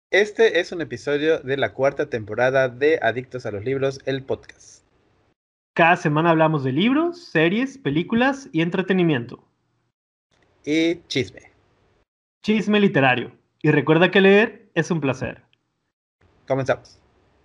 Este es un episodio de la cuarta temporada de Adictos a los Libros, el podcast. Cada semana hablamos de libros, series, películas y entretenimiento. Y chisme. Chisme literario. Y recuerda que leer es un placer. Comenzamos.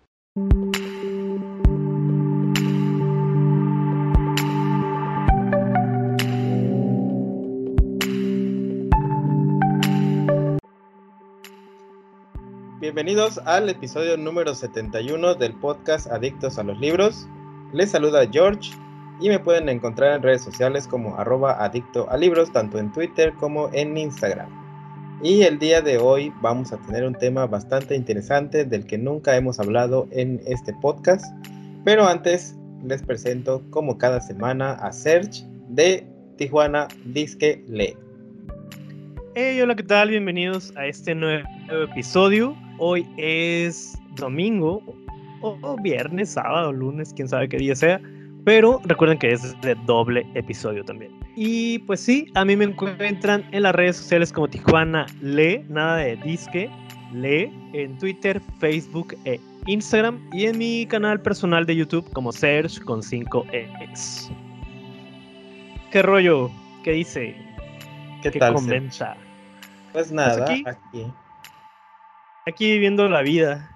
Bienvenidos al episodio número 71 del podcast Adictos a los Libros. Les saluda George y me pueden encontrar en redes sociales como @adictoalibros, tanto en Twitter como en Instagram. Y el día de hoy vamos a tener un tema bastante interesante del que nunca hemos hablado en este podcast. Pero antes les presento, como cada semana, a Serge de Tijuana Disque Lee. Hey, hola, ¿qué tal? Bienvenidos a este nuevo episodio. Hoy es domingo, o viernes, sábado, lunes, quién sabe qué día sea. Pero recuerden que es de doble episodio también. Y pues sí, a mí me encuentran en las redes sociales como Tijuana Lee, nada de Disque Lee, en Twitter, Facebook e Instagram, y en mi canal personal de YouTube como Serge con 5 Es. ¿Qué rollo? ¿Qué dice? ¿Qué ¿Qué tal, comenta? Serge? Pues nada, Pues aquí viviendo la vida.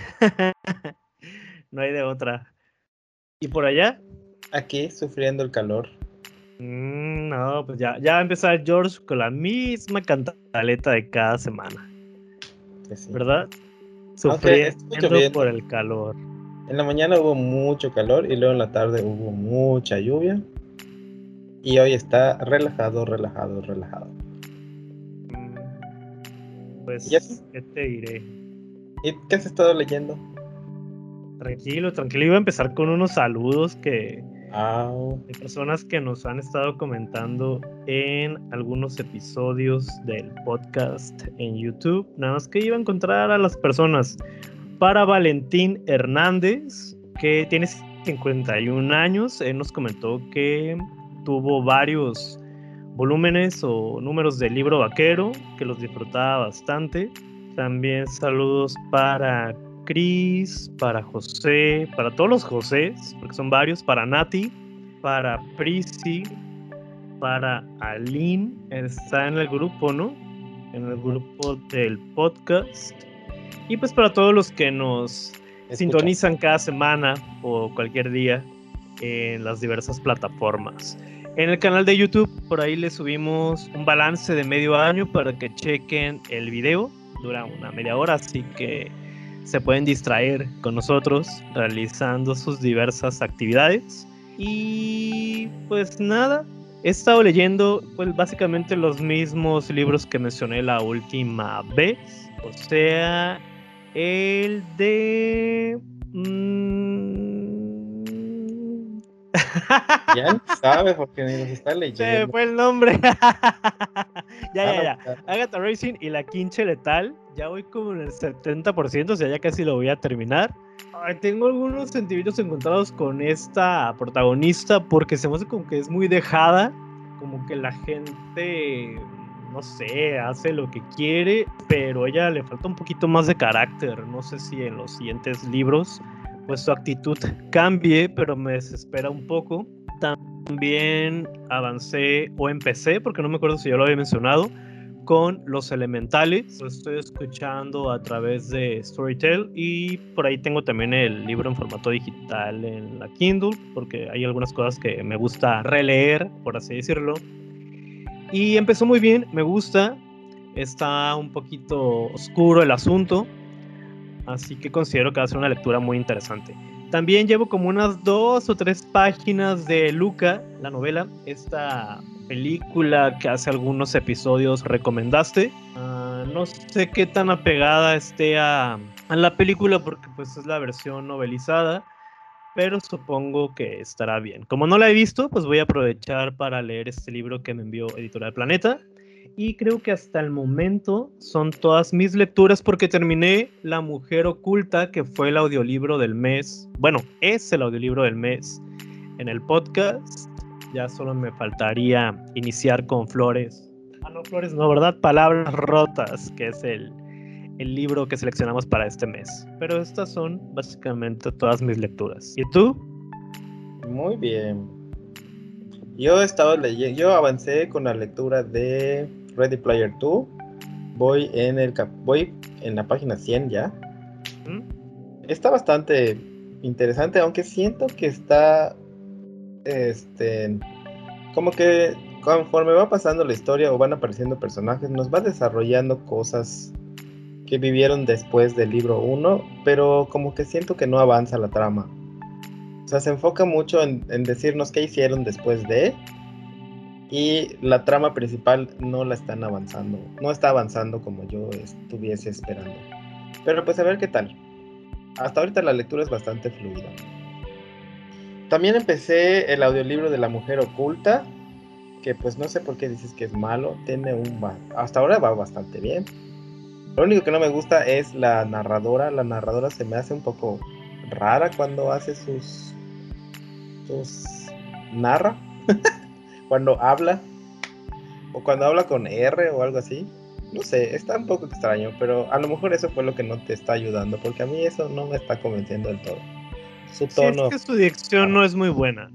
No hay de otra. ¿Y por allá? Aquí sufriendo el calor. No, pues ya va a empezar George con la misma cantaleta de cada semana, Pues sí. ¿verdad? Aunque estuvo Sufriendo por lloviendo. el calor. En la mañana hubo mucho calor y luego en la tarde hubo mucha lluvia. Y hoy está relajado. ¿Y así? Pues, ¿qué te diré? ¿Y qué has estado leyendo? Tranquilo. Iba a empezar con unos saludos de Ah, personas que nos han estado comentando en algunos episodios del podcast en YouTube. Nada más que iba a encontrar a las personas. Para Valentín Hernández, que tiene 51 años, él nos comentó que tuvo varios volúmenes o números del libro vaquero, que los disfrutaba bastante. También saludos para Cris, para José, para todos los Josés, porque son varios, para Nati, para Prisi, para Aline, está en el grupo, ¿no? En el grupo del podcast. Y pues para todos los que nos sintonizan cada semana o cualquier día en las diversas plataformas. En el canal de YouTube, por ahí les subimos un balance de medio año para que chequen el video. Dura una media hora, así que se pueden distraer con nosotros realizando sus diversas actividades. Y pues nada, he estado leyendo pues básicamente los mismos libros que mencioné la última vez. O sea, el de... Ya ni sabes porque ni los está leyendo. Fue el nombre. Ya. Buscar. Agatha Racing y la Quinche Letal. Ya voy como en el 70%, o sea, ya casi lo voy a terminar. Ay, tengo algunos sentimientos encontrados con esta protagonista porque se me hace como que es muy dejada. Como que la gente, no sé, hace lo que quiere, pero a ella le falta un poquito más de carácter. No sé si en los siguientes libros pues su actitud cambie, pero me desespera un poco. También avancé o empecé, porque no me acuerdo si yo lo había mencionado, con Los Elementales. Lo estoy escuchando a través de Storytel y por ahí tengo también el libro en formato digital en la Kindle, porque hay algunas cosas que me gusta releer, por así decirlo. Y empezó muy bien, me gusta. Está un poquito oscuro el asunto, así que considero que va a ser una lectura muy interesante. También llevo como unas 2 o 3 páginas de Luca, la novela, esta película que hace algunos episodios recomendaste. No sé qué tan apegada esté a la película porque pues es la versión novelizada, pero supongo que estará bien. Como no la he visto, pues voy a aprovechar para leer este libro que me envió Editorial Planeta. Y creo que hasta el momento son todas mis lecturas porque terminé La Mujer Oculta, que fue el audiolibro del mes. Bueno, es el audiolibro del mes en el podcast. Ya solo me faltaría iniciar con Flores. No, Flores no, ¿verdad? Palabras Rotas, que es el el libro que seleccionamos para este mes. Pero estas son básicamente todas mis lecturas. ¿Y tú? Muy bien. Yo estaba leyendo, yo avancé con la lectura de Ready Player 2. Voy en la página 100 ya. ¿Mm? Está bastante interesante, aunque siento que está como que conforme va pasando la historia o van apareciendo personajes, nos va desarrollando cosas que vivieron después del libro 1, pero como que siento que no avanza la trama. O sea, se enfoca mucho en decirnos qué hicieron después de, y la trama principal no la están avanzando, no está avanzando como yo estuviese esperando. Pero pues a ver qué tal. Hasta ahorita la lectura es bastante fluida. También empecé el audiolibro de La Mujer Oculta, que pues no sé por qué dices que es malo, hasta ahora va bastante bien. Lo único que no me gusta es la narradora se me hace un poco rara cuando hace sus narra, cuando habla, o cuando habla con R o algo así. No sé, está un poco extraño, pero a lo mejor eso fue lo que no te está ayudando, porque a mí eso no me está convenciendo del todo. Su Sí, es tono. que su dicción no es muy buena.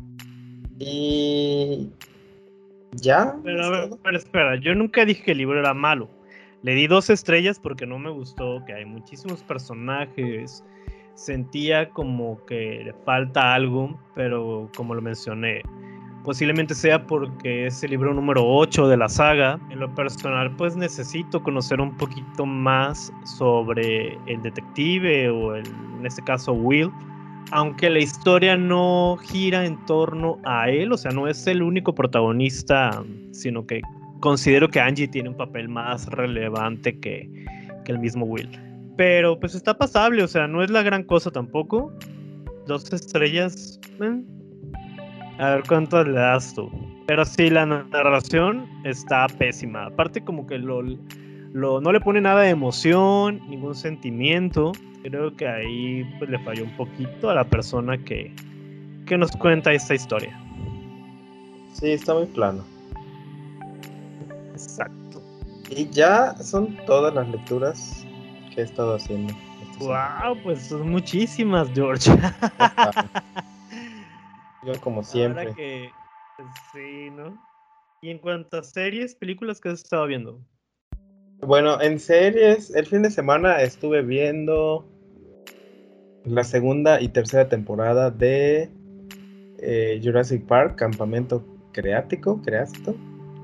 Y ya, Pero es a ver, todo. espera, yo nunca dije que el libro era malo. Le di 2 estrellas porque no me gustó, que hay muchísimos personajes. Sentía como que le falta algo, pero como lo mencioné, posiblemente sea porque es el libro número 8 de la saga. En lo personal, pues necesito conocer un poquito más sobre el detective en este caso Will, aunque la historia no gira en torno a él, o sea, no es el único protagonista, sino que considero que Angie tiene un papel más relevante que el mismo Will. Pero pues está pasable, o sea, no es la gran cosa tampoco. 2 estrellas. A ver cuánto le das tú. Pero sí, la narración está pésima. Aparte como que no le pone nada de emoción, ningún sentimiento. Creo que ahí pues, le falló un poquito a la persona que nos cuenta esta historia. Sí, está muy plano. Exacto. Y ya son todas las lecturas que he estado haciendo esta semana. Wow, pues son muchísimas, George. Ya sabes, yo como Ahora siempre. que sí, ¿no? Y en cuanto a series, películas que has estado viendo. Bueno, en series, el fin de semana estuve viendo la segunda y tercera temporada de Jurassic Park, Campamento Creasto,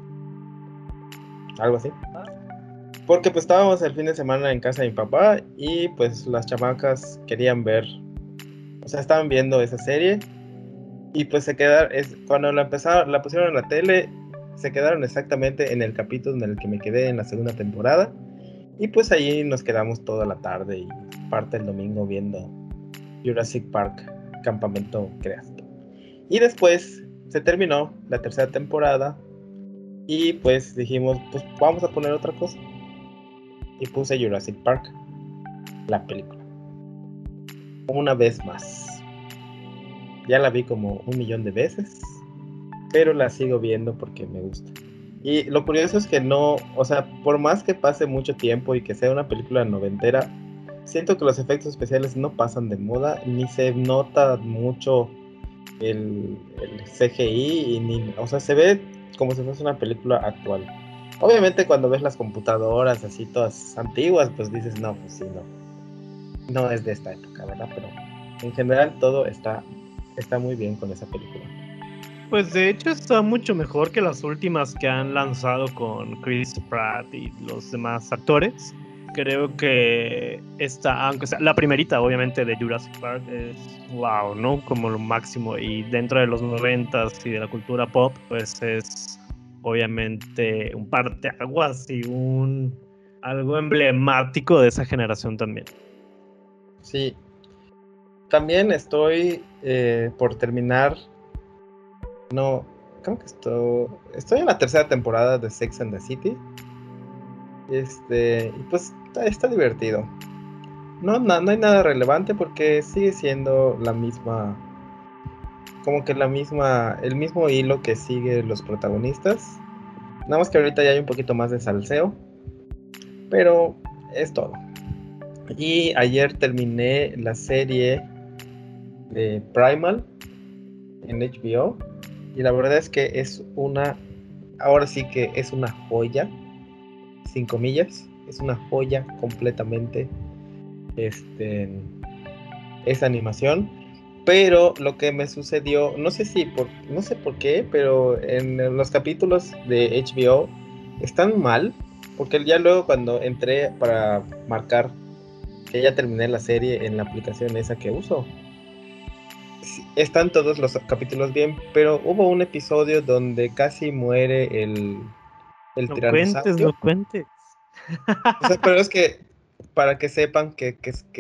algo así. Porque pues estábamos el fin de semana en casa de mi papá y pues las chamacas querían ver, o sea, estaban viendo esa serie y pues cuando la pusieron en la tele, se quedaron exactamente en el capítulo en el que me quedé en la segunda temporada y pues ahí nos quedamos toda la tarde y parte del domingo viendo Jurassic Park, Campamento Creasto. Y después se terminó la tercera temporada y pues dijimos, pues vamos a poner otra cosa. Y puse Jurassic Park, la película. Una vez más. Ya la vi como 1 millón de veces, pero la sigo viendo porque me gusta. Y lo curioso es que no, o sea, por más que pase mucho tiempo y que sea una película noventera, siento que los efectos especiales no pasan de moda, ni se nota mucho el CGI, o sea, se ve como si fuese una película actual. Obviamente cuando ves las computadoras así todas antiguas, pues dices, no, pues sí, no es de esta época, ¿verdad? Pero en general todo está muy bien con esa película. Pues de hecho está mucho mejor que las últimas que han lanzado con Chris Pratt y los demás actores. Creo que esta, aunque sea la primerita obviamente de Jurassic Park, es wow, ¿no? Como lo máximo. Y dentro de los 90s y de la cultura pop, pues es obviamente un parteaguas y algo emblemático de esa generación también. Sí, también estoy por terminar, no, creo que estoy en la tercera temporada de Sex and the City. Y pues está divertido. No hay nada relevante porque sigue siendo la misma, como que el mismo hilo que sigue los protagonistas. Nada más que ahorita ya hay un poquito más de salseo, pero es todo. Y ayer terminé la serie de Primal en HBO. Y la verdad es que ahora sí que es una joya, sin comillas, es una joya completamente esa animación. Pero lo que me sucedió, no sé por qué, pero en los capítulos de HBO están mal, porque ya luego cuando entré para marcar que ya terminé la serie en la aplicación esa que uso, están todos los capítulos bien, pero hubo un episodio donde casi muere el No cuentes, tiranosaurio. no cuentes. O sea, pero es que para que sepan qué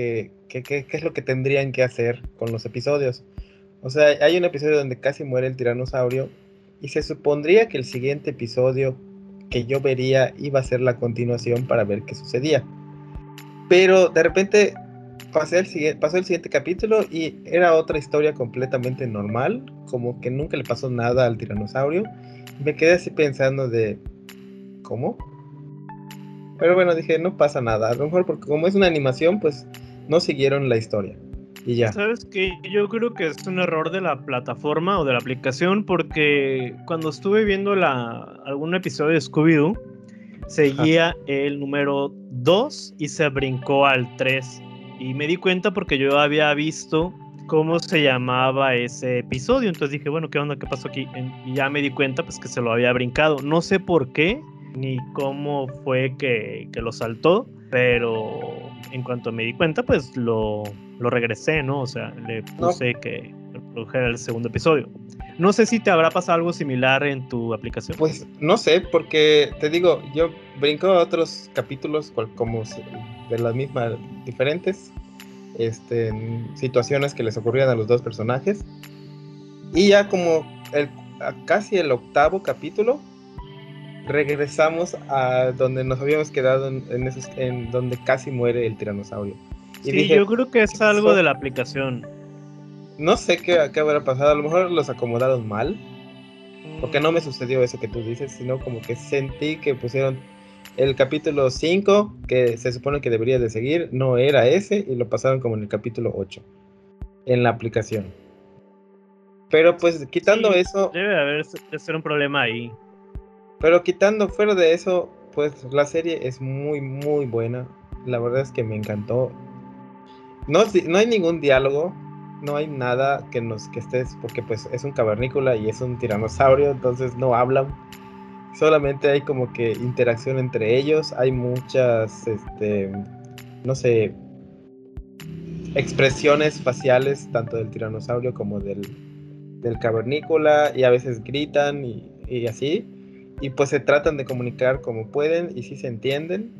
es lo que tendrían que hacer con los episodios. O sea, hay un episodio donde casi muere el tiranosaurio y se supondría que el siguiente episodio que yo vería iba a ser la continuación para ver qué sucedía. Pero de repente pasó el siguiente capítulo y era otra historia completamente normal, como que nunca le pasó nada al tiranosaurio. Me quedé así pensando de, ¿cómo? Pero bueno, dije, no pasa nada. A lo mejor porque como es una animación, pues no siguieron la historia. Y ya. ¿Sabes qué? Yo creo que es un error de la plataforma o de la aplicación, porque cuando estuve viendo algún episodio de Scooby-Doo, seguía el número 2 y se brincó al 3. Y me di cuenta porque yo había visto cómo se llamaba ese episodio. Entonces dije, bueno, ¿qué onda? ¿Qué pasó aquí? Y ya me di cuenta pues que se lo había brincado. No sé por qué ni cómo fue que lo saltó, pero en cuanto me di cuenta pues lo regresé, ¿no? O sea, le puse No, que reprodujera el segundo episodio. No sé si te habrá pasado algo similar en tu aplicación. pues no sé, porque te digo, yo brinco a otros capítulos como de las mismas, diferentes situaciones que les ocurrían a los dos personajes. Y ya como casi el octavo capítulo, regresamos a donde nos habíamos quedado en donde casi muere el tiranosaurio. Y Sí, dije, yo creo que ¿qué es algo pasó? de la aplicación. No sé qué habrá pasado, a lo mejor los acomodaron mal, porque no me Mm, sucedió eso que tú dices, sino como que sentí que pusieron el capítulo 5 que se supone que debería de seguir, no era ese, y lo pasaron como en el capítulo 8 en la aplicación. Pero pues quitando sí, eso, debe de ser un problema ahí. pero quitando fuera de eso, pues la serie es muy, muy buena. La verdad es que me encantó. No hay ningún diálogo, no hay nada que estés, porque pues es un cavernícola y es un tiranosaurio, entonces no hablan. Solamente hay como que interacción entre ellos, hay muchas, no sé, expresiones faciales, tanto del tiranosaurio como del cavernícola, y a veces gritan y así. Y pues se tratan de comunicar como pueden y sí se entienden.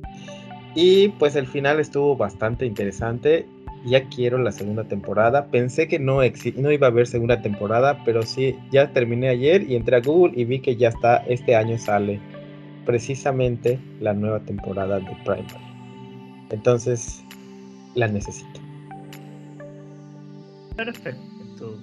Y pues el final estuvo bastante interesante. Ya quiero la segunda temporada. Pensé que no iba a haber segunda temporada, pero sí, ya terminé ayer y entré a Google y vi que ya está, este año sale precisamente la nueva temporada de Primal. Entonces, la necesito. Perfecto.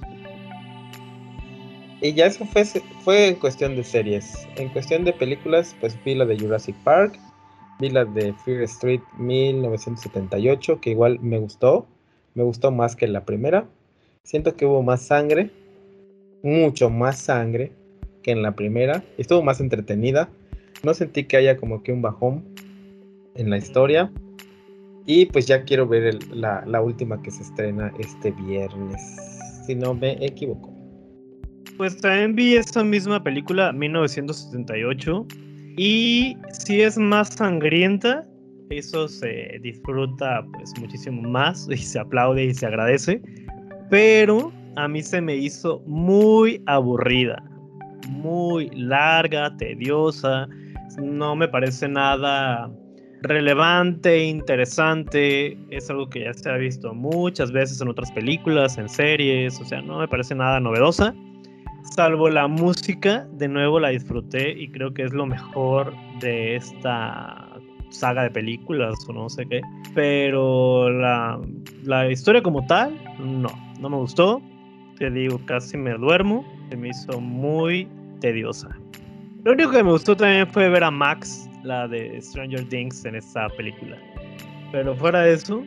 Y ya eso fue en cuestión de series. En cuestión de películas, pues vi la de Jurassic Park, vi la de Fear Street 1978, que igual me gustó más que la primera. Siento que hubo más sangre, mucho más sangre que en la primera. Estuvo más entretenida. No sentí que haya como que un bajón en la historia. Y pues ya quiero ver la última que se estrena este viernes, si no me equivoco. Pues también vi esa misma película, 1978, y sí es más sangrienta, eso se disfruta pues muchísimo más y se aplaude y se agradece, pero a mí se me hizo muy aburrida, muy larga, tediosa, no me parece nada relevante, interesante, es algo que ya se ha visto muchas veces en otras películas, en series, o sea, no me parece nada novedosa. Salvo la música, de nuevo la disfruté y creo que es lo mejor de esta saga de películas o no sé qué. Pero la historia como tal, no me gustó. Te digo, casi me duermo. Se me hizo muy tediosa. Lo único que me gustó también fue ver a Max la de Stranger Things en esta película. Pero fuera de eso,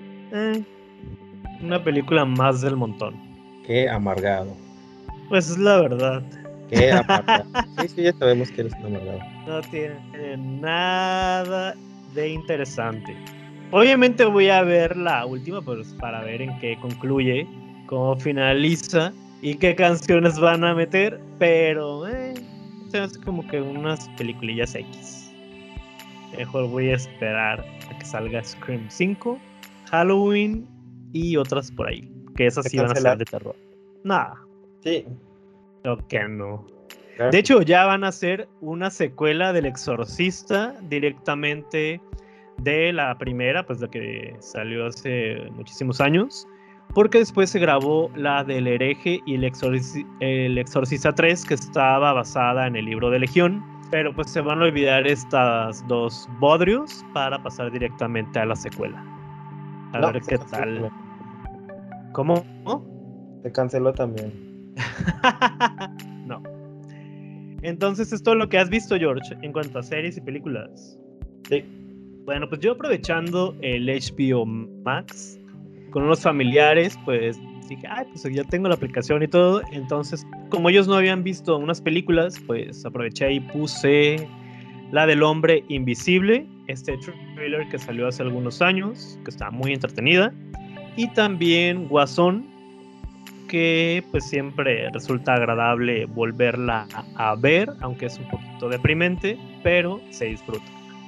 una película más del montón. Qué amargado. Pues es la verdad. Qué amargado. Sí, ya sabemos que eres un amargado. No tiene nada de interesante. Obviamente voy a ver la última pues, para ver en qué concluye, cómo finaliza y qué canciones van a meter, pero es como que unas peliculillas X. Mejor voy a esperar a que salga Scream 5, Halloween y otras por ahí, que esas sí van a ser de terror. Nada. Sí. Creo que no. Claro. De hecho, ya van a hacer una secuela del Exorcista directamente de la primera, pues la que salió hace muchísimos años, porque después se grabó la del Hereje y el Exorcista 3, que estaba basada en el libro de Legión, pero pues se van a olvidar estas dos bodrios para pasar directamente a la secuela. A ver qué tal. ¿Cómo? Se canceló también. No. Entonces es todo lo que has visto, George, en cuanto a series y películas. Sí. Bueno, pues yo aprovechando el HBO Max con unos familiares, pues dije, pues ya tengo la aplicación y todo. Entonces, como ellos no habían visto unas películas, pues aproveché y puse la del Hombre Invisible, este thriller que salió hace algunos años, que está muy entretenida. Y también Guasón, que pues siempre resulta agradable volverla a ver, aunque es un poquito deprimente, pero se disfruta.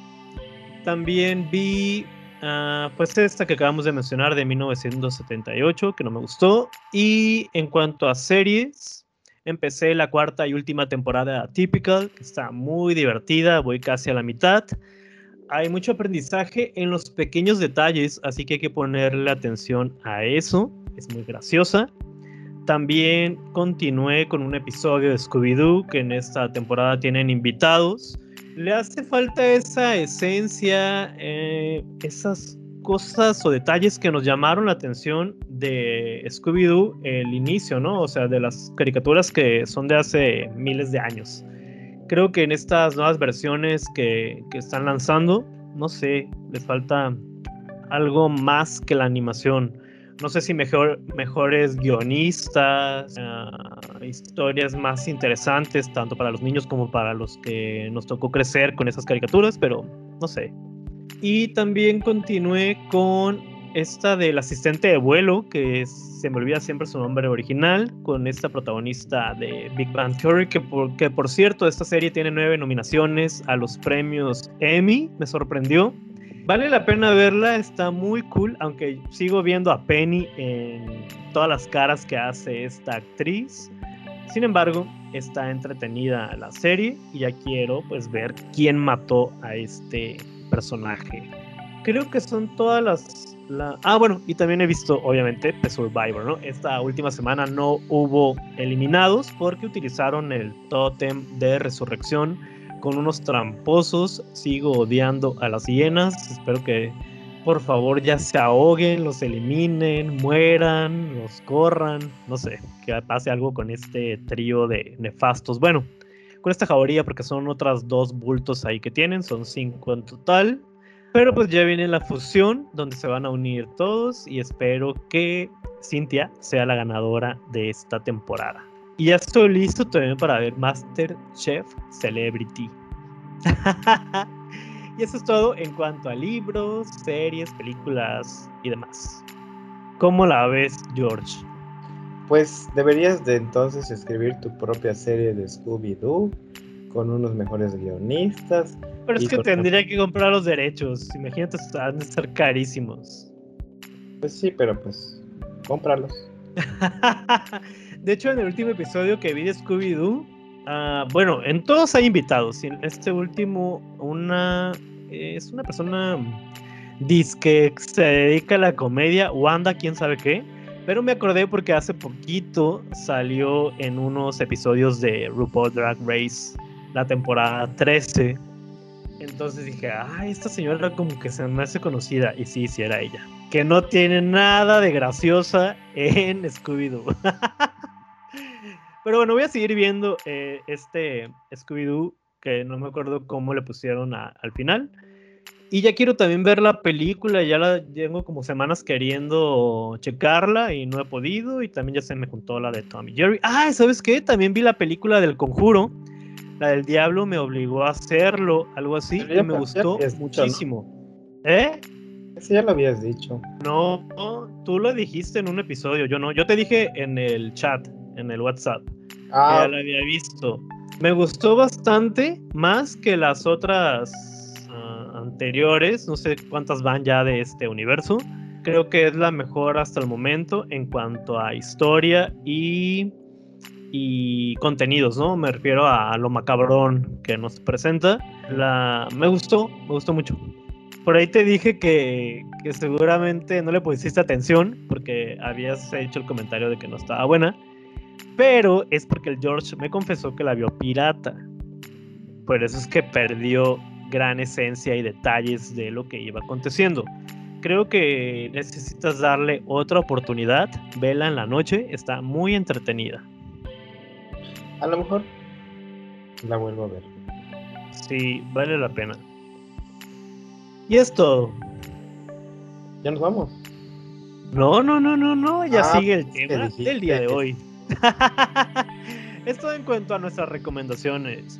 También vi pues esta que acabamos de mencionar de 1978, que no me gustó. Y en cuanto a series, empecé la cuarta y última temporada de Typical, que está muy divertida, voy casi a la mitad. Hay mucho aprendizaje en los pequeños detalles, así que hay que ponerle atención a eso, es muy graciosa. También continué con un episodio de Scooby-Doo, que en esta temporada tienen invitados. Le hace falta esa esencia, esas cosas o detalles que nos llamaron la atención de Scooby-Doo, el inicio, ¿no? O sea, de las caricaturas que son de hace miles de años. Creo que en estas nuevas versiones que están lanzando, no sé, les falta algo más que la animación. No sé si mejores guionistas, historias más interesantes, tanto para los niños como para los que nos tocó crecer con esas caricaturas, pero no sé. Y también continué con esta del asistente de vuelo, que se me olvida siempre su nombre original, con esta protagonista de Big Bang Theory, que por cierto, esta serie tiene 9 nominaciones a los premios Emmy, me sorprendió. Vale la pena verla, está muy cool, aunque sigo viendo a Penny en todas las caras que hace esta actriz. Sin embargo, está entretenida la serie y ya quiero pues ver quién mató a este personaje. Creo que son todas las... bueno, y también he visto obviamente The Survivor, ¿no? Esta última semana no hubo eliminados porque utilizaron el tótem de resurrección con unos tramposos. Sigo odiando a las hienas. Espero que por favor ya se ahoguen, los eliminen, mueran, los corran. No sé, que pase algo con este trío de nefastos. Bueno, con esta jauría, porque son otras 2 bultos ahí que tienen, son 5 en total. Pero pues ya viene la fusión donde se van a unir todos y espero que Cynthia sea la ganadora de esta temporada. Y ya estoy listo también para ver MasterChef Celebrity. Y eso es todo en cuanto a libros, series, películas y demás. ¿Cómo la ves, George? Pues deberías de entonces escribir tu propia serie de Scooby-Doo con unos mejores guionistas. Pero es que tendría que comprar los derechos. Imagínate, han de estar carísimos. Pues sí, pero pues cómpralos. De hecho, en el último episodio que vi de Scooby-Doo, bueno, en todos hay invitados. Y en este último, es una persona que se dedica a la comedia, Wanda, quién sabe qué. Pero me acordé porque hace poquito salió en unos episodios de RuPaul Drag Race, la temporada 13. Entonces dije, esta señora como que se me hace conocida. Y sí era ella. Que no tiene nada de graciosa en Scooby-Doo. Pero bueno, voy a seguir viendo este Scooby-Doo que no me acuerdo cómo le pusieron al final. Y ya quiero también ver la película, ya la llevo como semanas queriendo checarla y no he podido, y también ya se me juntó la de Tom y Jerry. Ah, ¿sabes qué? También vi la película del Conjuro, la del Diablo me obligó a hacerlo, algo así, Pero y me ya lo gustó habías dicho, muchísimo. ¿Eh? Eso ya lo habías dicho. No, tú lo dijiste en un episodio, yo no, yo te dije en el chat, en el WhatsApp, que ya la había visto. Me gustó bastante, más que las otras anteriores, no sé cuántas van ya de este universo. Creo que es la mejor hasta el momento en cuanto a historia y contenidos, ¿no? Me refiero a lo macabrón que nos presenta. Me gustó mucho. Por ahí te dije que seguramente no le pusiste atención porque habías hecho el comentario de que no estaba buena, pero es porque el George me confesó que la vio pirata. Por eso es que perdió gran esencia y detalles de lo que iba aconteciendo. Creo que necesitas darle otra oportunidad. Vela en la noche, está muy entretenida. A lo mejor la vuelvo a ver. Sí, vale la pena. Y esto. Ya nos vamos. No, ya sigue el que tema dijiste del día de que... hoy. Esto en cuanto a nuestras recomendaciones.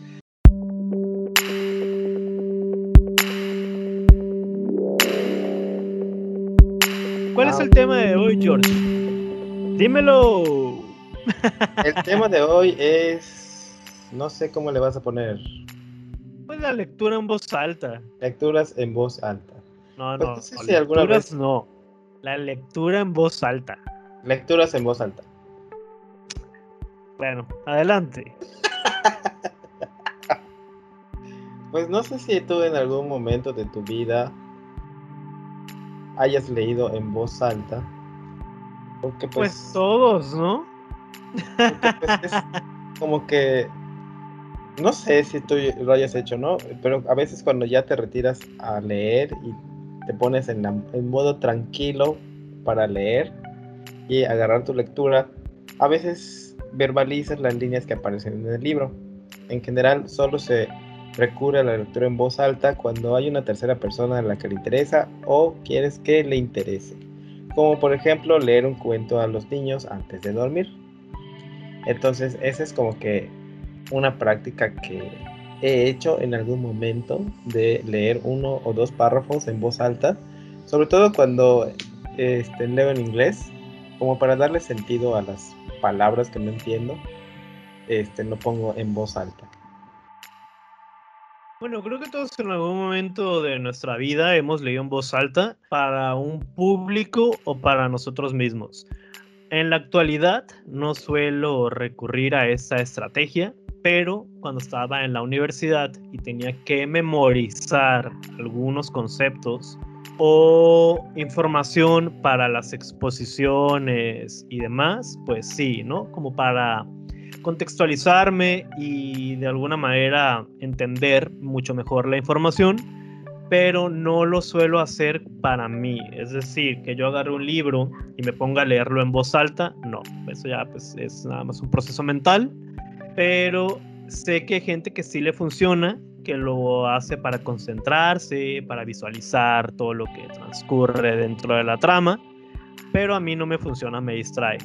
¿Cuál es el tema de hoy, George? Dímelo. El tema de hoy es... No sé cómo le vas a poner. Pues la lectura en voz alta. Lecturas en voz alta. No, Pues no sé si alguna lecturas vez... no. La lectura en voz alta. Lecturas en voz alta. Bueno, adelante. Pues no sé si tú en algún momento de tu vida hayas leído en voz alta. Porque Pues todos, ¿no? Porque pues es como que... No sé si tú lo hayas hecho, ¿no? Pero a veces cuando ya te retiras a leer y te pones en modo tranquilo para leer y agarrar tu lectura, a veces verbalizas las líneas que aparecen en el libro. En general, solo se recurre a la lectura en voz alta cuando hay una tercera persona a la que le interesa o quieres que le interese. Como por ejemplo leer un cuento a los niños antes de dormir. Entonces, esa es como que una práctica que he hecho en algún momento de leer 1 o 2 párrafos en voz alta, sobre todo cuando leo en inglés, como para darle sentido a las palabras que no entiendo, lo pongo en voz alta. Bueno, creo que todos en algún momento de nuestra vida hemos leído en voz alta para un público o para nosotros mismos. En la actualidad no suelo recurrir a esta estrategia, pero cuando estaba en la universidad y tenía que memorizar algunos conceptos o información para las exposiciones y demás, pues sí, ¿no? Como para contextualizarme y de alguna manera entender mucho mejor la información, pero no lo suelo hacer para mí. Es decir, que yo agarre un libro y me ponga a leerlo en voz alta, no. Eso ya pues, es nada más un proceso mental, pero sé que hay gente que sí le funciona, que lo hace para concentrarse, para visualizar todo lo que transcurre dentro de la trama, pero a mí no me funciona, me distrae.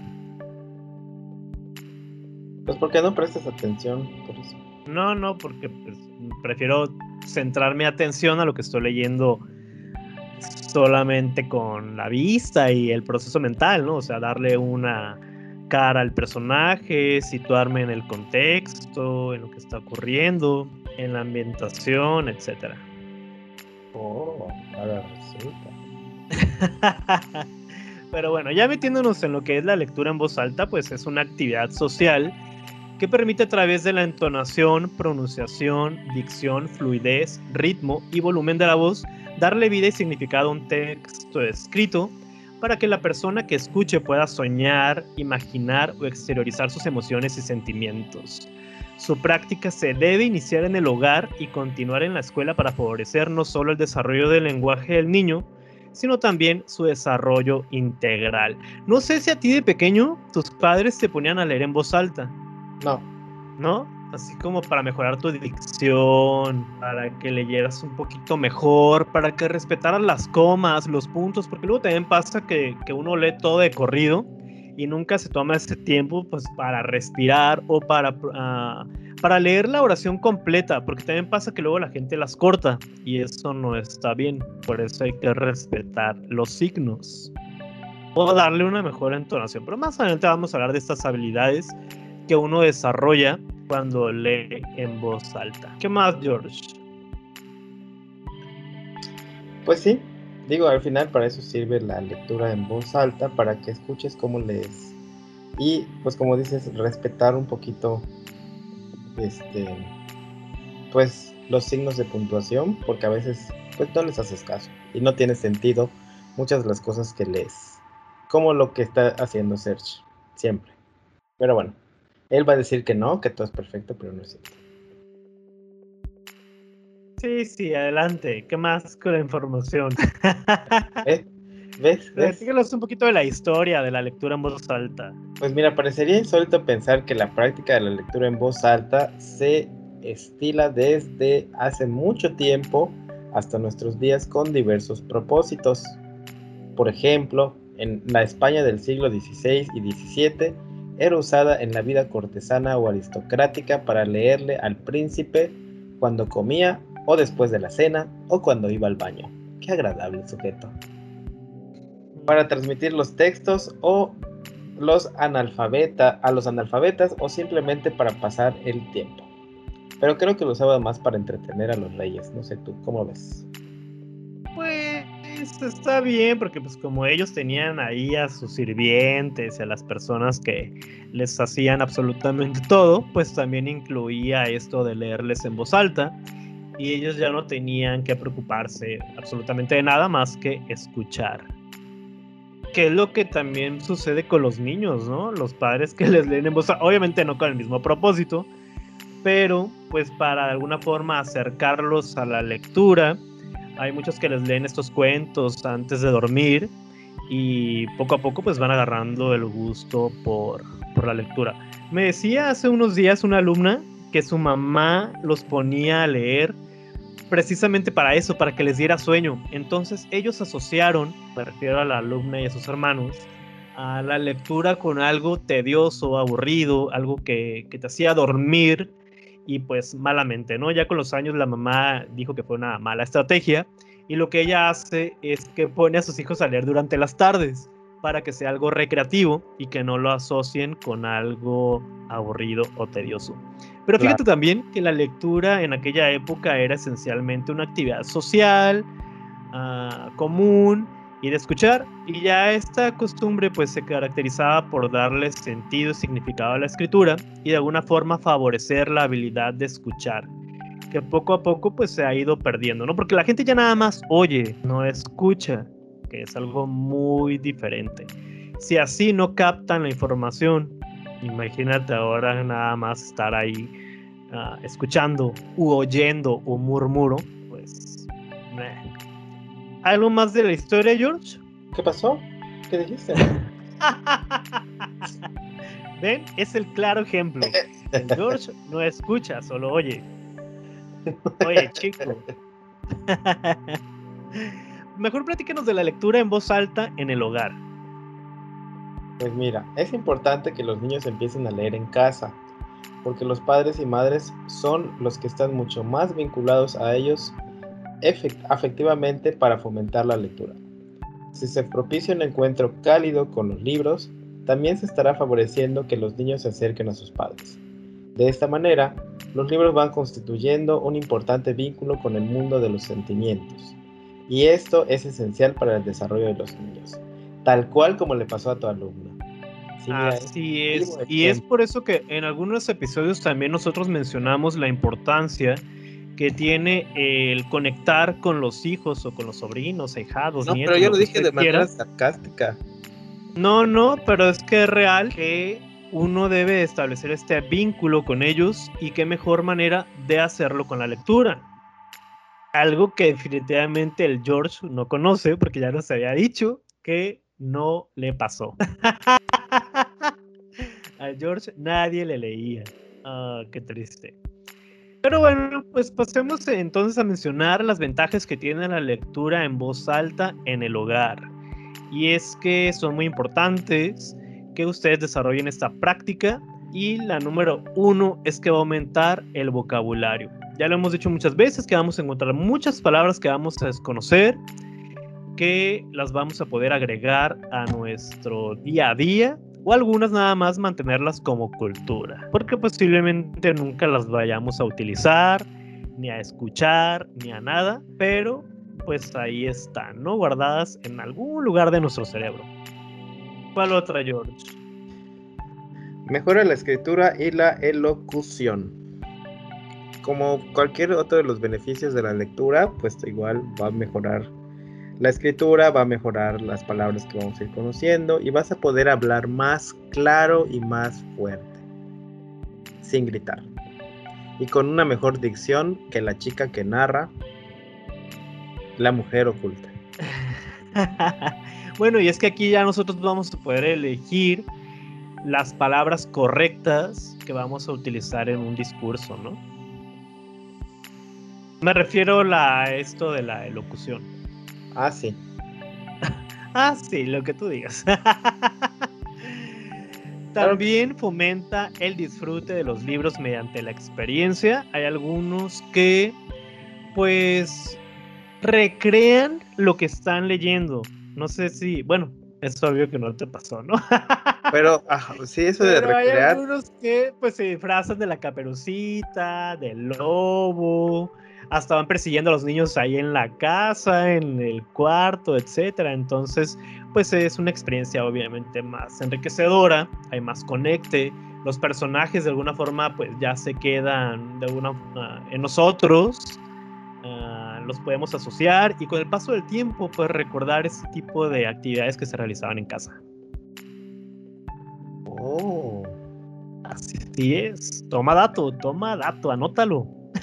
Pues porque no prestas atención, por eso. No, porque pues, prefiero centrar mi atención a lo que estoy leyendo solamente con la vista y el proceso mental, ¿no? O sea, darle una cara al personaje, situarme en el contexto, en lo que está ocurriendo, en la ambientación, etc. Oh, ahora resulta. Pero bueno, ya metiéndonos en lo que es la lectura en voz alta, pues es una actividad social que permite a través de la entonación, pronunciación, dicción, fluidez, ritmo y volumen de la voz darle vida y significado a un texto escrito para que la persona que escuche pueda soñar, imaginar o exteriorizar sus emociones y sentimientos. Su práctica se debe iniciar en el hogar y continuar en la escuela para favorecer no solo el desarrollo del lenguaje del niño, sino también su desarrollo integral. No sé si a ti de pequeño tus padres te ponían a leer en voz alta. No. ¿No? así como para mejorar tu dicción, para que leyeras un poquito mejor, para que respetaras las comas, los puntos, porque luego también pasa que uno lee todo de corrido y nunca se toma ese tiempo pues para respirar o para leer la oración completa, porque también pasa que luego la gente las corta y eso no está bien, por eso hay que respetar los signos o darle una mejor entonación. Pero más adelante vamos a hablar de estas habilidades que uno desarrolla cuando lee en voz alta. ¿Qué más, George? Pues sí, digo, al final para eso sirve la lectura en voz alta, para que escuches cómo lees. Y pues como dices, respetar un poquito pues los signos de puntuación, porque a veces pues no les haces caso y no tiene sentido muchas de las cosas que lees, como lo que está haciendo Serge siempre. Pero bueno, él va a decir que no, que todo es perfecto, pero no es cierto. Sí, adelante. ¿Qué más con la información? ¿Ves? Platícanos un poquito de la historia de la lectura en voz alta. Pues mira, parecería insólito pensar que la práctica de la lectura en voz alta se estila desde hace mucho tiempo hasta nuestros días con diversos propósitos. Por ejemplo, en la España del siglo XVI y XVII era usada en la vida cortesana o aristocrática para leerle al príncipe cuando comía o después de la cena o cuando iba al baño. Qué agradable sujeto. Para transmitir los textos o a los analfabetas o simplemente para pasar el tiempo. Pero creo que lo usaba más para entretener a los reyes. No sé tú, ¿cómo ves? Pues está bien, porque pues como ellos tenían ahí a sus sirvientes y a las personas que les hacían absolutamente todo, pues también incluía esto de leerles en voz alta y ellos ya no tenían que preocuparse absolutamente de nada más que escuchar. Que es lo que también sucede con los niños, ¿no? Los padres que les leen en voz alta, obviamente no con el mismo propósito, pero pues para de alguna forma acercarlos a la lectura. Hay muchos que les leen estos cuentos antes de dormir y poco a poco pues van agarrando el gusto por la lectura. Me decía hace unos días una alumna que su mamá los ponía a leer precisamente para eso, para que les diera sueño. Entonces ellos asociaron, me refiero a la alumna y a sus hermanos, a la lectura con algo tedioso, aburrido, algo que te hacía dormir y pues malamente, ¿no? Ya con los años la mamá dijo que fue una mala estrategia y lo que ella hace es que pone a sus hijos a leer durante las tardes para que sea algo recreativo y que no lo asocien con algo aburrido o tedioso. Pero fíjate también que la lectura en aquella época era esencialmente una actividad social, común y de escuchar, y ya esta costumbre pues se caracterizaba por darle sentido y significado a la escritura y de alguna forma favorecer la habilidad de escuchar, que poco a poco pues se ha ido perdiendo, ¿no? Porque la gente ya nada más oye, no escucha, que es algo muy diferente. Si así no captan la información, imagínate ahora nada más estar ahí escuchando u oyendo un murmuro, pues... ¿Algo más de la historia, George? ¿Qué pasó? ¿Qué dijiste? ¿Ven? Es el claro ejemplo. El George no escucha, solo oye. Oye, chico. Mejor platícanos de la lectura en voz alta en el hogar. Pues mira, es importante que los niños empiecen a leer en casa, porque los padres y madres son los que están mucho más vinculados a ellos afectivamente para fomentar la lectura. Si se propicia un encuentro cálido con los libros, también se estará favoreciendo que los niños se acerquen a sus padres. De esta manera, los libros van constituyendo un importante vínculo con el mundo de los sentimientos, y esto es esencial para el desarrollo de los niños, tal cual como le pasó a tu alumno. Sí, mira, así es, y es por eso que en algunos episodios también nosotros mencionamos la importancia que tiene el conectar con los hijos o con los sobrinos, ahijados, no, nietos. pero yo lo dije de manera sarcástica. No, pero es que es real que uno debe establecer este vínculo con ellos y qué mejor manera de hacerlo con la lectura. Algo que definitivamente el George no conoce porque ya nos había dicho que no le pasó. Al George nadie le leía. Qué triste. Pero bueno, pues pasemos entonces a mencionar las ventajas que tiene la lectura en voz alta en el hogar. Y es que son muy importantes que ustedes desarrollen esta práctica. Y la número 1 es que va a aumentar el vocabulario. Ya lo hemos dicho muchas veces que vamos a encontrar muchas palabras que vamos a desconocer, que las vamos a poder agregar a nuestro día a día, o algunas nada más mantenerlas como cultura, porque posiblemente nunca las vayamos a utilizar, ni a escuchar, ni a nada, pero pues ahí están, ¿no? Guardadas en algún lugar de nuestro cerebro. ¿Cuál otra, George? Mejora la escritura y la elocución. Como cualquier otro de los beneficios de la lectura, pues igual va a mejorar la escritura, va a mejorar las palabras que vamos a ir conociendo y vas a poder hablar más claro y más fuerte, sin gritar. Y con una mejor dicción que la chica que narra La mujer oculta. Bueno, y es que aquí ya nosotros vamos a poder elegir las palabras correctas que vamos a utilizar en un discurso, ¿no? Me refiero a esto de la elocución. Ah, sí. Ah, sí, lo que tú digas. También fomenta el disfrute de los libros mediante la experiencia. Hay algunos que, pues, recrean lo que están leyendo. No sé si, bueno, es obvio que no te pasó, ¿no? Pero sí, eso de Pero hay recrear. algunos que pues se disfrazan de la Caperucita, del lobo, hasta van persiguiendo a los niños ahí en la casa, en el cuarto, etcétera. Entonces, pues es una experiencia obviamente más enriquecedora, hay más conecte, los personajes de alguna forma pues ya se quedan en nosotros. Los podemos asociar y con el paso del tiempo pues recordar ese tipo de actividades que se realizaban en casa. Oh. Así es. Toma dato, anótalo.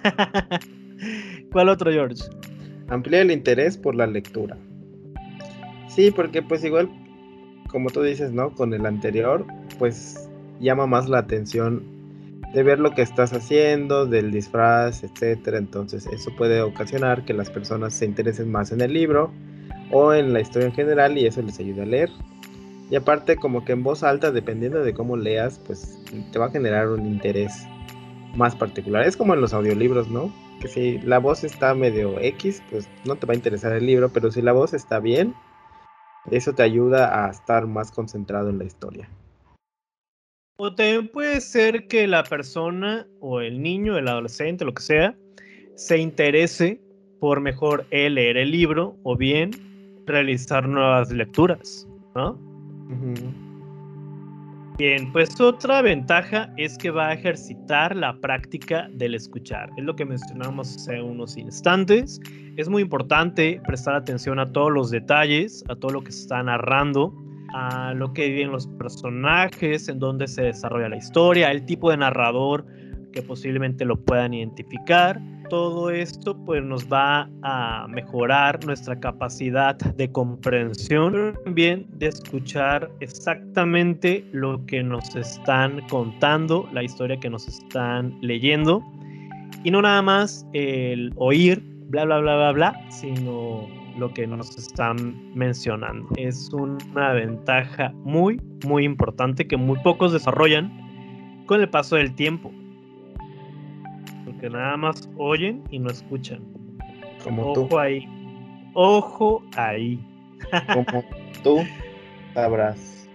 ¿Cuál otro, George? Amplía el interés por la lectura. Sí, porque pues igual, como tú dices, ¿no? Con el anterior, pues llama más la atención de ver lo que estás haciendo, del disfraz, etcétera. Entonces eso puede ocasionar que las personas se interesen más en el libro o en la historia en general y eso les ayuda a leer. Y aparte como que en voz alta, dependiendo de cómo leas, pues te va a generar un interés más particular. Es como en los audiolibros, ¿no? Que si la voz está medio X, pues no te va a interesar el libro, pero si la voz está bien, eso te ayuda a estar más concentrado en la historia. O también puede ser que la persona o el niño, el adolescente, lo que sea, se interese por mejor leer el libro o bien realizar nuevas lecturas, ¿no? Uh-huh. Bien, pues otra ventaja es que va a ejercitar la práctica del escuchar. Es lo que mencionamos hace unos instantes. Es muy importante prestar atención a todos los detalles, a todo lo que se está narrando, a lo que viven los personajes, en dónde se desarrolla la historia, el tipo de narrador que posiblemente lo puedan identificar. Todo esto pues nos va a mejorar nuestra capacidad de comprensión, pero también de escuchar exactamente lo que nos están contando, la historia que nos están leyendo, y no nada más el oír bla bla bla bla bla, sino lo que nos están mencionando. Es una ventaja muy muy importante que muy pocos desarrollan con el paso del tiempo, porque nada más oyen y no escuchan. Como ojo tú. ahí, ojo ahí. Como tú sabrás.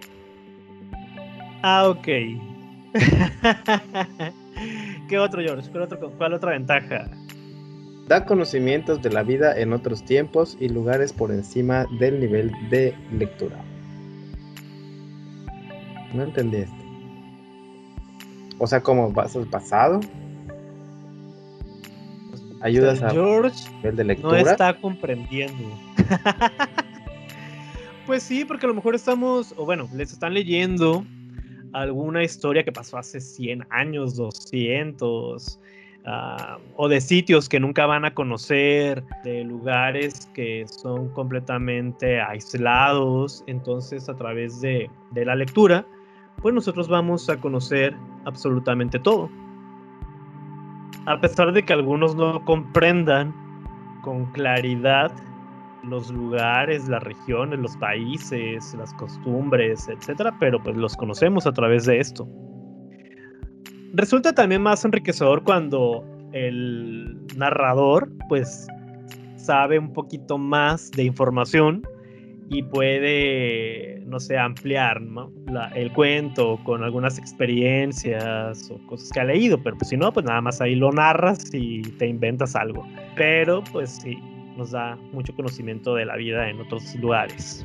Ok. ¿Qué otro, George? ¿Cuál otra ventaja? Da conocimientos de la vida en otros tiempos y lugares por encima del nivel de lectura. No entendí esto. O sea, como vas al pasado. Ayudas a George nivel de no lectura. está comprendiendo. Pues sí, porque a lo mejor les están leyendo alguna historia que pasó hace 100 años, 200, o de sitios que nunca van a conocer, de lugares que son completamente aislados. Entonces, a través de la lectura, pues nosotros vamos a conocer absolutamente todo. A pesar de que algunos no comprendan con claridad los lugares, las regiones, los países, las costumbres, etcétera, pero pues los conocemos a través de esto. Resulta también más enriquecedor cuando el narrador pues sabe un poquito más de información y puede, no sé, ampliar, ¿no? el cuento con algunas experiencias o cosas que ha leído, pero pues si no, pues nada más ahí lo narras y te inventas algo. Pero pues sí, nos da mucho conocimiento de la vida en otros lugares.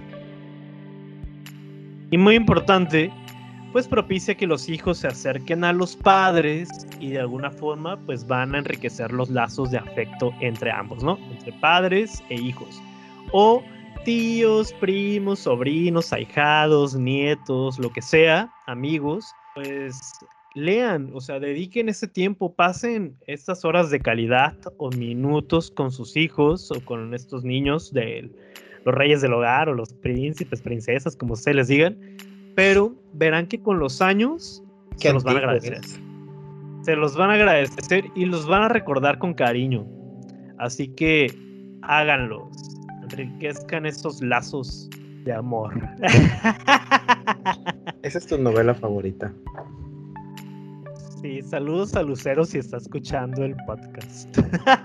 Y muy importante, pues propicia que los hijos se acerquen a los padres y de alguna forma pues van a enriquecer los lazos de afecto entre ambos, ¿no? Entre padres e hijos. O tíos, primos, sobrinos, ahijados, nietos, lo que sea, amigos, pues lean, o sea, dediquen ese tiempo, pasen estas horas de calidad o minutos con sus hijos o con estos niños de los reyes del hogar o los príncipes, princesas, como ustedes les digan, pero verán que con los años se los van a agradecer. Se los van a agradecer y los van a recordar con cariño. Así que háganlos, enriquezcan esos lazos de amor. ¿Esa es tu novela favorita? Sí, saludos a Lucero si está escuchando el podcast.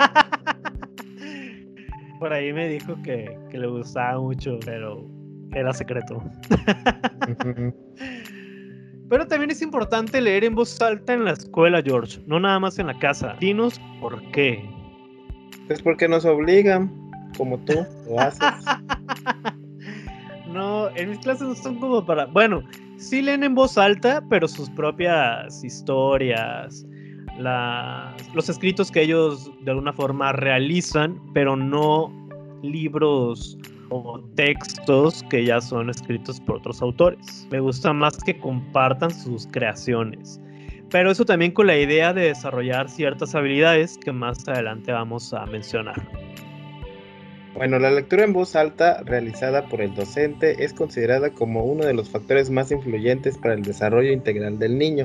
Por ahí me dijo que le gustaba mucho, pero era secreto. Pero también es importante leer en voz alta en la escuela, George, no nada más en la casa. Dinos por qué. Pues porque nos obligan, como tú lo haces. No, en mis clases no son como para... Bueno, sí leen en voz alta, pero sus propias historias, los escritos que ellos de alguna forma realizan, pero no libros o textos que ya son escritos por otros autores. Me gusta más que compartan sus creaciones, pero eso también con la idea de desarrollar ciertas habilidades que más adelante vamos a mencionar. Bueno, la lectura en voz alta realizada por el docente es considerada como uno de los factores más influyentes para el desarrollo integral del niño,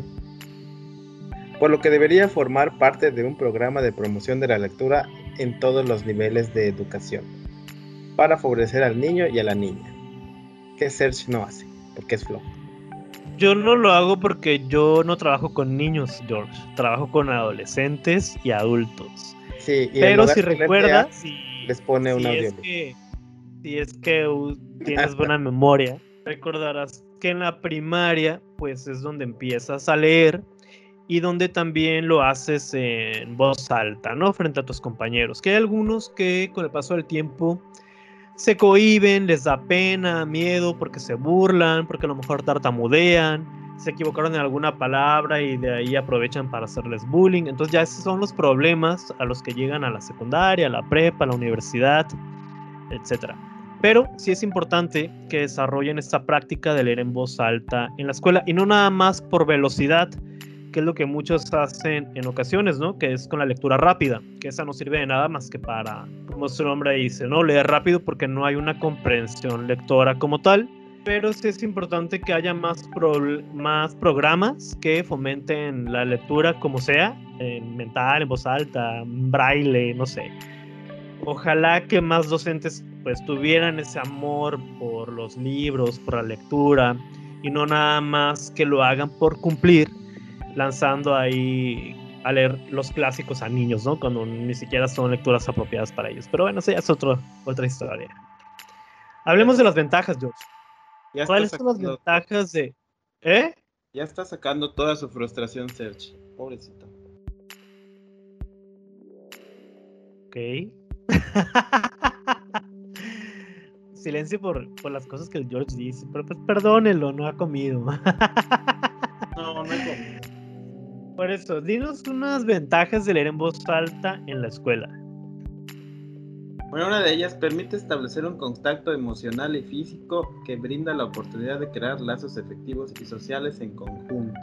por lo que debería formar parte de un programa de promoción de la lectura en todos los niveles de educación, para favorecer al niño y a la niña, que Serge no hace, porque es flojo. Yo no lo hago porque yo no trabajo con niños, George, trabajo con adolescentes y adultos. Sí, y pero si recuerdas, les pone un audiolibro. Si es que tienes buena memoria, recordarás que en la primaria pues es donde empiezas a leer y donde también lo haces en voz alta, ¿no? Frente a tus compañeros. Que hay algunos que con el paso del tiempo se cohíben, les da pena, miedo, porque se burlan, porque a lo mejor tartamudean, se equivocaron en alguna palabra y de ahí aprovechan para hacerles bullying. Entonces ya esos son los problemas a los que llegan a la secundaria, a la prepa, a la universidad, etcétera. Pero sí es importante que desarrollen esta práctica de leer en voz alta en la escuela y no nada más por velocidad, que es lo que muchos hacen en ocasiones, ¿no? Que es con la lectura rápida, que esa no sirve de nada más que para, como su nombre dice, ¿no? Leer rápido porque no hay una comprensión lectora como tal. Pero sí es importante que haya más programas que fomenten la lectura como sea, en mental, en voz alta, en braille, no sé. Ojalá que más docentes pues tuvieran ese amor por los libros, por la lectura, y no nada más que lo hagan por cumplir, lanzando ahí a leer los clásicos a niños, ¿no? Cuando ni siquiera son lecturas apropiadas para ellos. Pero bueno, esa ya es otra historia. Hablemos de las ventajas, George. ¿Cuáles son las ventajas de...? Ya está sacando toda su frustración, Serge. Pobrecito. Ok. Silencio por las cosas que el George dice. Pero pues perdónenlo, no ha comido. No he comido. Por eso, dinos unas ventajas de leer en voz alta en la escuela. Bueno, una de ellas permite establecer un contacto emocional y físico que brinda la oportunidad de crear lazos efectivos y sociales en conjunto.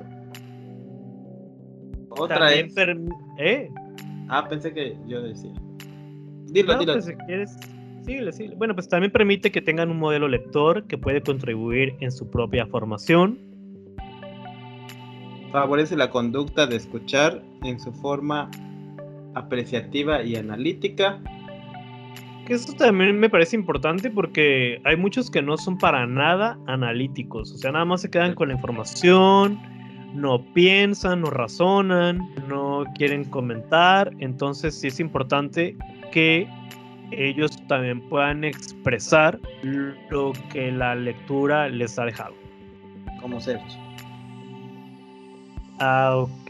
Otra también es... pensé que yo decía. Dilo. Pues si quieres, síguele. Bueno, pues también permite que tengan un modelo lector que puede contribuir en su propia formación. Favorece la conducta de escuchar en su forma apreciativa y analítica. Que eso también me parece importante porque hay muchos que no son para nada analíticos, o sea, nada más se quedan con la información, no piensan, no razonan, no quieren comentar, entonces sí es importante que ellos también puedan expresar lo que la lectura les ha dejado. Como Sergio. Ok.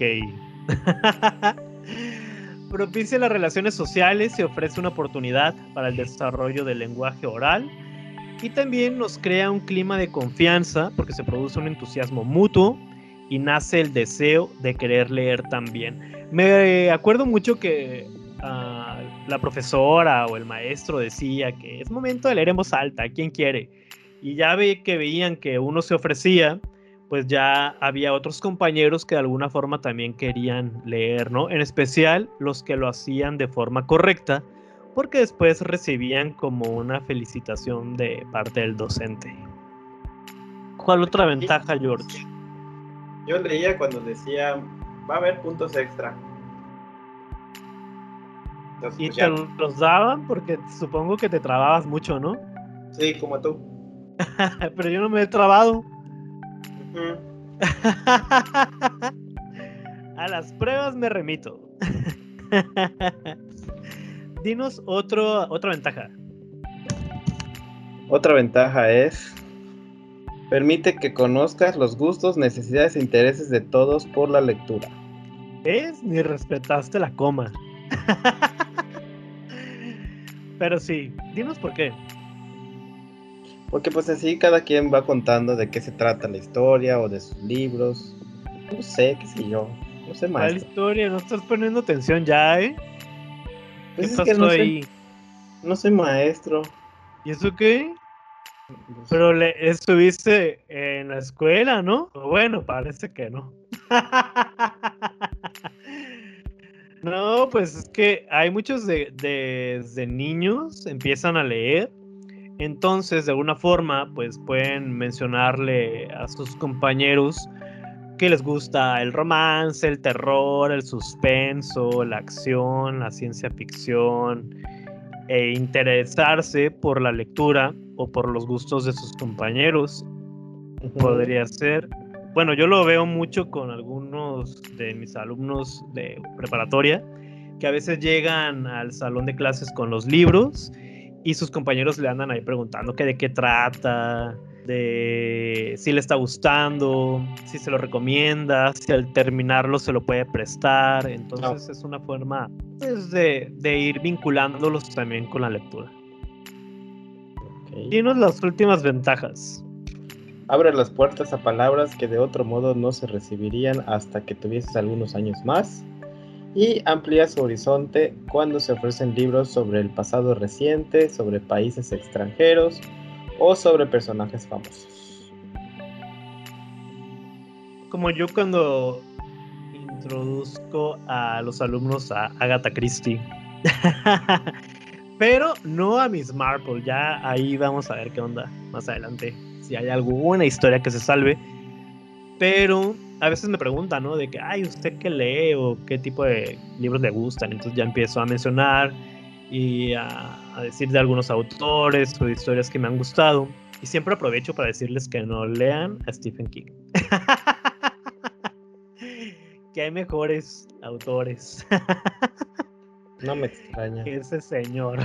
Propicia las relaciones sociales y ofrece una oportunidad para el desarrollo del lenguaje oral y también nos crea un clima de confianza porque se produce un entusiasmo mutuo y nace el deseo de querer leer también. Me acuerdo mucho que la profesora o el maestro decía que es momento de leer en voz alta, ¿quién quiere? Y ya veían que uno se ofrecía, pues ya había otros compañeros que de alguna forma también querían leer, ¿no? En especial los que lo hacían de forma correcta, porque después recibían como una felicitación de parte del docente. ¿Cuál otra ventaja, George? Yo leía cuando decía, va a haber puntos extra. Entonces, Y pues te ya. los daban porque supongo que te trababas mucho, ¿no? Sí, como tú. Pero yo no me he trabado. Uh-huh. A las pruebas me remito. Dinos otra ventaja. Otra ventaja es, permite que conozcas los gustos, necesidades e intereses de todos por la lectura. ¿Ves? Ni respetaste la coma. Pero sí, dinos por qué. Porque pues así cada quien va contando de qué se trata la historia o de sus libros. No sé, qué sé yo. No sé, ¿Cuál maestro. historia? No estás poniendo atención ya, ¿eh? Pues ¿Qué es que pasó ahí? no soy maestro. ¿Y eso qué? Pues, Pero estuviste en la escuela, ¿no? Bueno, parece que no. No, pues es que hay muchos desde niños empiezan a leer, entonces de alguna forma pues pueden mencionarle a sus compañeros que les gusta el romance, el terror, el suspenso, la acción, la ciencia ficción e interesarse por la lectura o por los gustos de sus compañeros. Podría ser. Bueno, yo lo veo mucho con algunos de mis alumnos de preparatoria que a veces llegan al salón de clases con los libros y sus compañeros le andan ahí preguntando que de qué trata, de si le está gustando, si se lo recomienda, si al terminarlo se lo puede prestar. Entonces es una forma pues, de ir vinculándolos también con la lectura. Okay. Dinos las últimas ventajas. Abre las puertas a palabras que de otro modo no se recibirían hasta que tuvieses algunos años más. Y amplía su horizonte cuando se ofrecen libros sobre el pasado reciente, sobre países extranjeros o sobre personajes famosos. Como yo cuando introduzco a los alumnos a Agatha Christie. Pero no a Miss Marple, ya ahí vamos a ver qué onda más adelante, si hay alguna historia que se salve. Pero a veces me preguntan, ¿no? De que, ay, ¿usted qué lee o qué tipo de libros le gustan? Entonces ya empiezo a mencionar y a decir de algunos autores o historias que me han gustado. Y siempre aprovecho para decirles que no lean a Stephen King. Que hay mejores autores. No me extraña. Ese señor.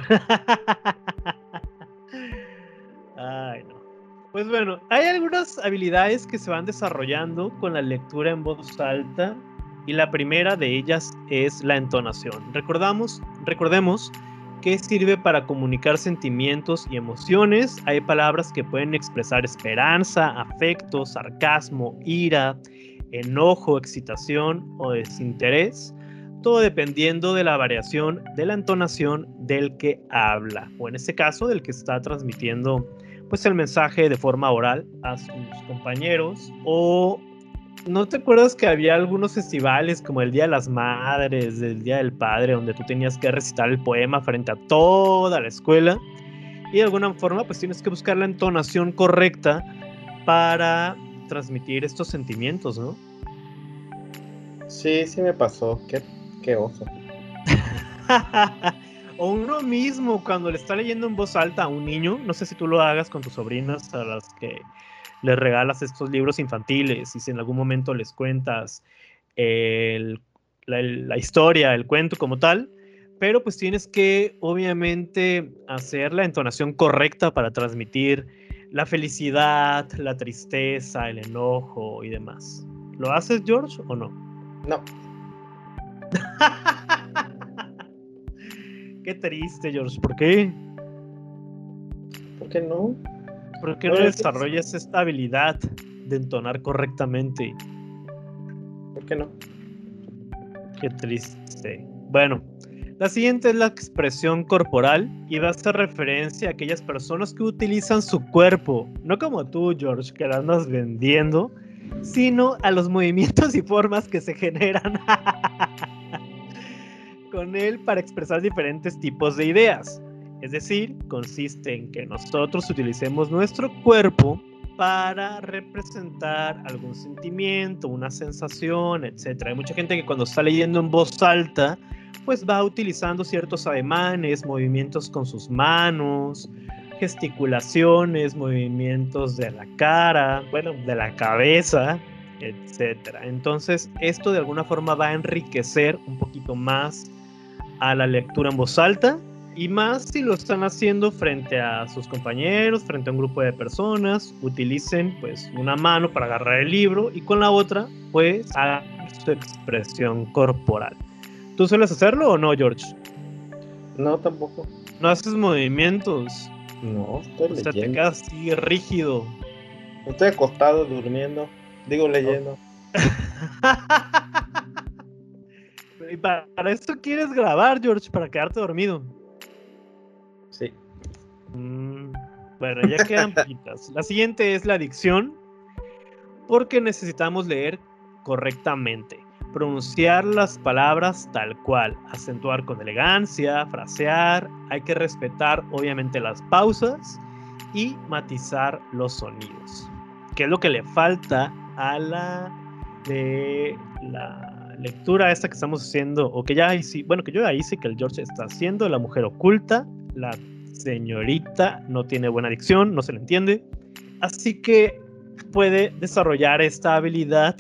Ay, no. Pues bueno, hay algunas habilidades que se van desarrollando con la lectura en voz alta y la primera de ellas es la entonación. Recordemos que sirve para comunicar sentimientos y emociones. Hay palabras que pueden expresar esperanza, afecto, sarcasmo, ira, enojo, excitación o desinterés. Todo dependiendo de la variación de la entonación del que habla, o en este caso del que está transmitiendo pues el mensaje de forma oral a sus compañeros. O ¿no te acuerdas que había algunos festivales como el Día de las Madres, el Día del Padre, donde tú tenías que recitar el poema frente a toda la escuela? Y de alguna forma pues tienes que buscar la entonación correcta para transmitir estos sentimientos, ¿no? Sí, sí me pasó. Qué oso. O uno mismo cuando le está leyendo en voz alta a un niño, no sé si tú lo hagas con tus sobrinas a las que les regalas estos libros infantiles y si en algún momento les cuentas el, la historia, el cuento como tal, pero pues tienes que obviamente hacer la entonación correcta para transmitir la felicidad, la tristeza, el enojo y demás. ¿Lo haces, George, o no? No. Qué triste, George. ¿Por qué? ¿Por qué no? ¿Por qué no desarrollas esta habilidad de entonar correctamente? ¿Por qué no? Qué triste. Bueno, la siguiente es la expresión corporal y va a hacer referencia a aquellas personas que utilizan su cuerpo, no como tú, George, que la andas vendiendo, sino a los movimientos y formas que se generan con él para expresar diferentes tipos de ideas. Es decir, consiste en que nosotros utilicemos nuestro cuerpo para representar algún sentimiento, una sensación, etc. Hay mucha gente que cuando está leyendo en voz alta, pues va utilizando ciertos ademanes, movimientos con sus manos, gesticulaciones, movimientos de la cara, bueno, de la cabeza, etc. Entonces, esto de alguna forma va a enriquecer un poquito más a la lectura en voz alta, y más si lo están haciendo frente a sus compañeros, frente a un grupo de personas. Utilicen pues una mano para agarrar el libro y con la otra pues hagan su expresión corporal. ¿Tú sueles hacerlo o no, George? No, tampoco. ¿No haces movimientos? No, estoy leyendo. O sea, te quedas así rígido. Estoy acostado, durmiendo. Digo, leyendo. Y para eso quieres grabar, George, para quedarte dormido. Sí. Bueno, ya quedan poquitas. La siguiente es la dicción, porque necesitamos leer correctamente, pronunciar las palabras tal cual, acentuar con elegancia, frasear, hay que respetar obviamente las pausas y matizar los sonidos, que es lo que le falta a la lectura esta que estamos haciendo, o que ya hice, bueno, que yo ya hice, que el George está haciendo, La mujer oculta. La señorita no tiene buena dicción, no se le entiende, así que puede desarrollar esta habilidad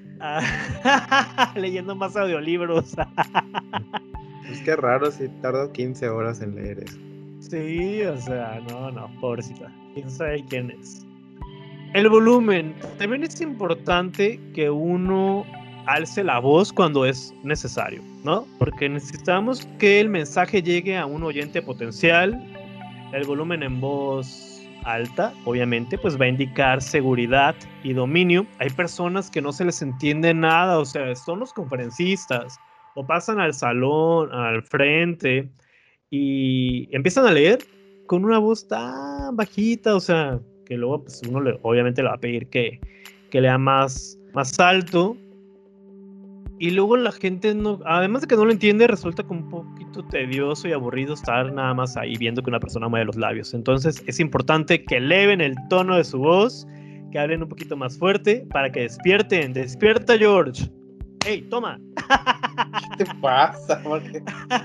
leyendo más audiolibros. Pues qué raro si tardo 15 horas en leer eso. Sí, o sea, no, pobrecita. ¿Quién sabe quién es? El volumen. También es importante que uno alce la voz cuando es necesario, ¿no? Porque necesitamos que el mensaje llegue a un oyente potencial. El volumen en voz alta, obviamente, pues va a indicar seguridad y dominio. Hay personas que no se les entiende nada, o sea, son los conferencistas, o pasan al salón, al frente, y empiezan a leer con una voz tan bajita, o sea, que luego pues uno obviamente le va a pedir que lea más alto. Y luego la gente, no, además de que no lo entiende, resulta como un poquito tedioso y aburrido estar nada más ahí viendo que una persona mueve los labios. Entonces es importante que eleven el tono de su voz, que hablen un poquito más fuerte para que despierten. ¡Despierta, George! ¡Ey, toma! ¿Qué te pasa, Jorge?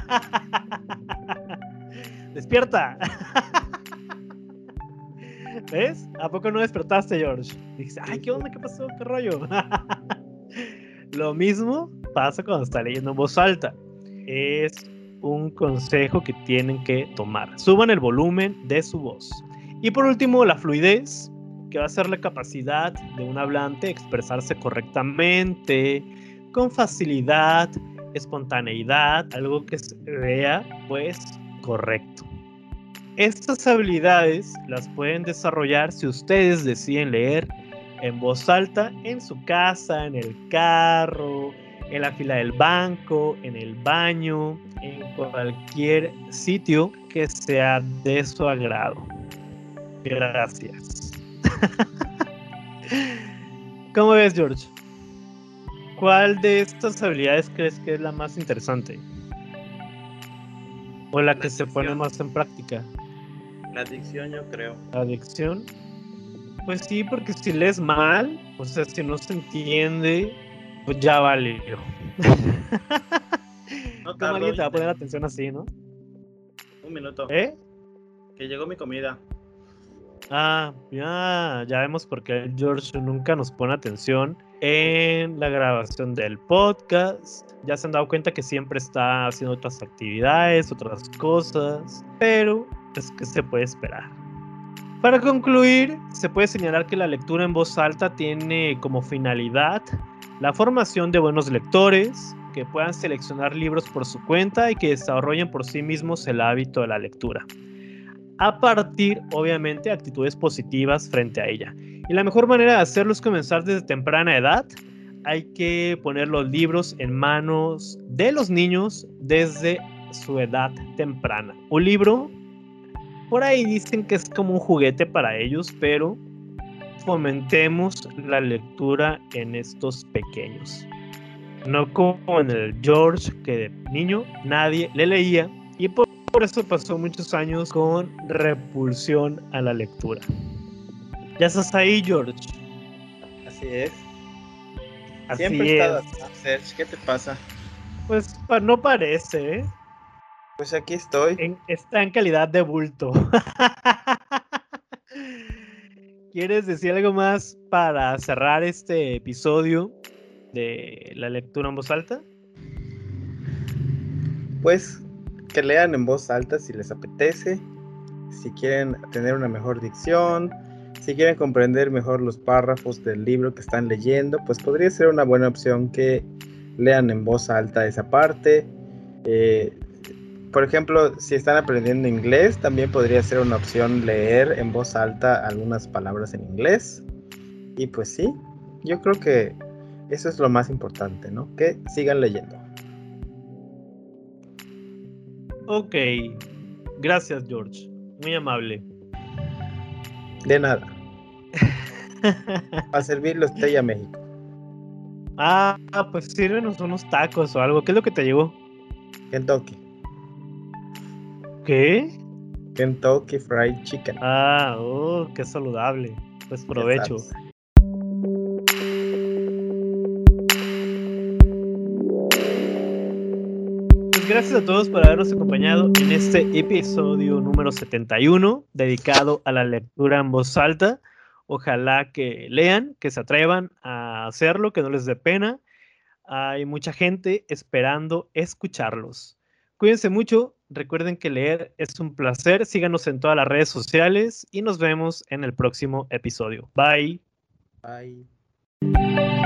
¡Despierta! ¿Ves? ¿A poco no despertaste, George? Dices, ay, ¿qué onda? ¿Qué pasó? ¿Qué rollo? Lo mismo pasa cuando está leyendo en voz alta. Es un consejo que tienen que tomar. Suban el volumen de su voz. Y por último, la fluidez, que va a ser la capacidad de un hablante expresarse correctamente, con facilidad, espontaneidad, algo que se vea, pues, correcto. Estas habilidades las pueden desarrollar si ustedes deciden leer en voz alta en su casa, en el carro, en la fila del banco, en el baño, en cualquier sitio que sea de su agrado. Gracias. ¿Cómo ves, George? ¿Cuál de estas habilidades crees que es la más interesante? ¿O la que se pone más en práctica? La adicción, yo creo. ¿La adicción? Pues sí, porque si lees mal, o sea, si no se entiende, pues ya vale. No ¿Cómo alguien te va a poner tardo. atención así, no? Un minuto. ¿Eh? Que llegó mi comida. Ah, ya vemos por qué George nunca nos pone atención en la grabación del podcast. Ya se han dado cuenta que siempre está haciendo otras actividades, otras cosas, pero es que se puede esperar. Para concluir, se puede señalar que la lectura en voz alta tiene como finalidad la formación de buenos lectores que puedan seleccionar libros por su cuenta y que desarrollen por sí mismos el hábito de la lectura, a partir, obviamente, de actitudes positivas frente a ella. Y la mejor manera de hacerlo es comenzar desde temprana edad. Hay que poner los libros en manos de los niños desde su edad temprana. Un libro, por ahí dicen que es como un juguete para ellos, pero fomentemos la lectura en estos pequeños. No como en el George, que de niño nadie le leía y por eso pasó muchos años con repulsión a la lectura. ¿Ya estás ahí, George? Así es. Así Siempre he estado es. acá, Serge. ¿Qué te pasa? Pues no parece, ¿eh? Pues aquí estoy. Está en calidad de bulto. ¿Quieres decir algo más para cerrar este episodio de la lectura en voz alta? Pues que lean en voz alta si les apetece. Si quieren tener una mejor dicción, si quieren comprender mejor los párrafos del libro que están leyendo, pues podría ser una buena opción que lean en voz alta esa parte. Por ejemplo, si están aprendiendo inglés, también podría ser una opción leer en voz alta algunas palabras en inglés. Y pues sí, yo creo que eso es lo más importante, ¿no? Que sigan leyendo. Ok, gracias, George. Muy amable. De nada. A servirlo usted a México. Pues sírvenos unos tacos o algo. ¿Qué es lo que te llegó? Kentucky. ¿Qué? Kentucky Fried Chicken. Qué saludable. Pues Ya provecho. sabes. Pues gracias a todos por habernos acompañado en este episodio número 71 dedicado a la lectura en voz alta. Ojalá que lean, que se atrevan a hacerlo, que no les dé pena. Hay mucha gente esperando escucharlos. Cuídense mucho, recuerden que leer es un placer, síganos en todas las redes sociales y nos vemos en el próximo episodio. Bye. Bye.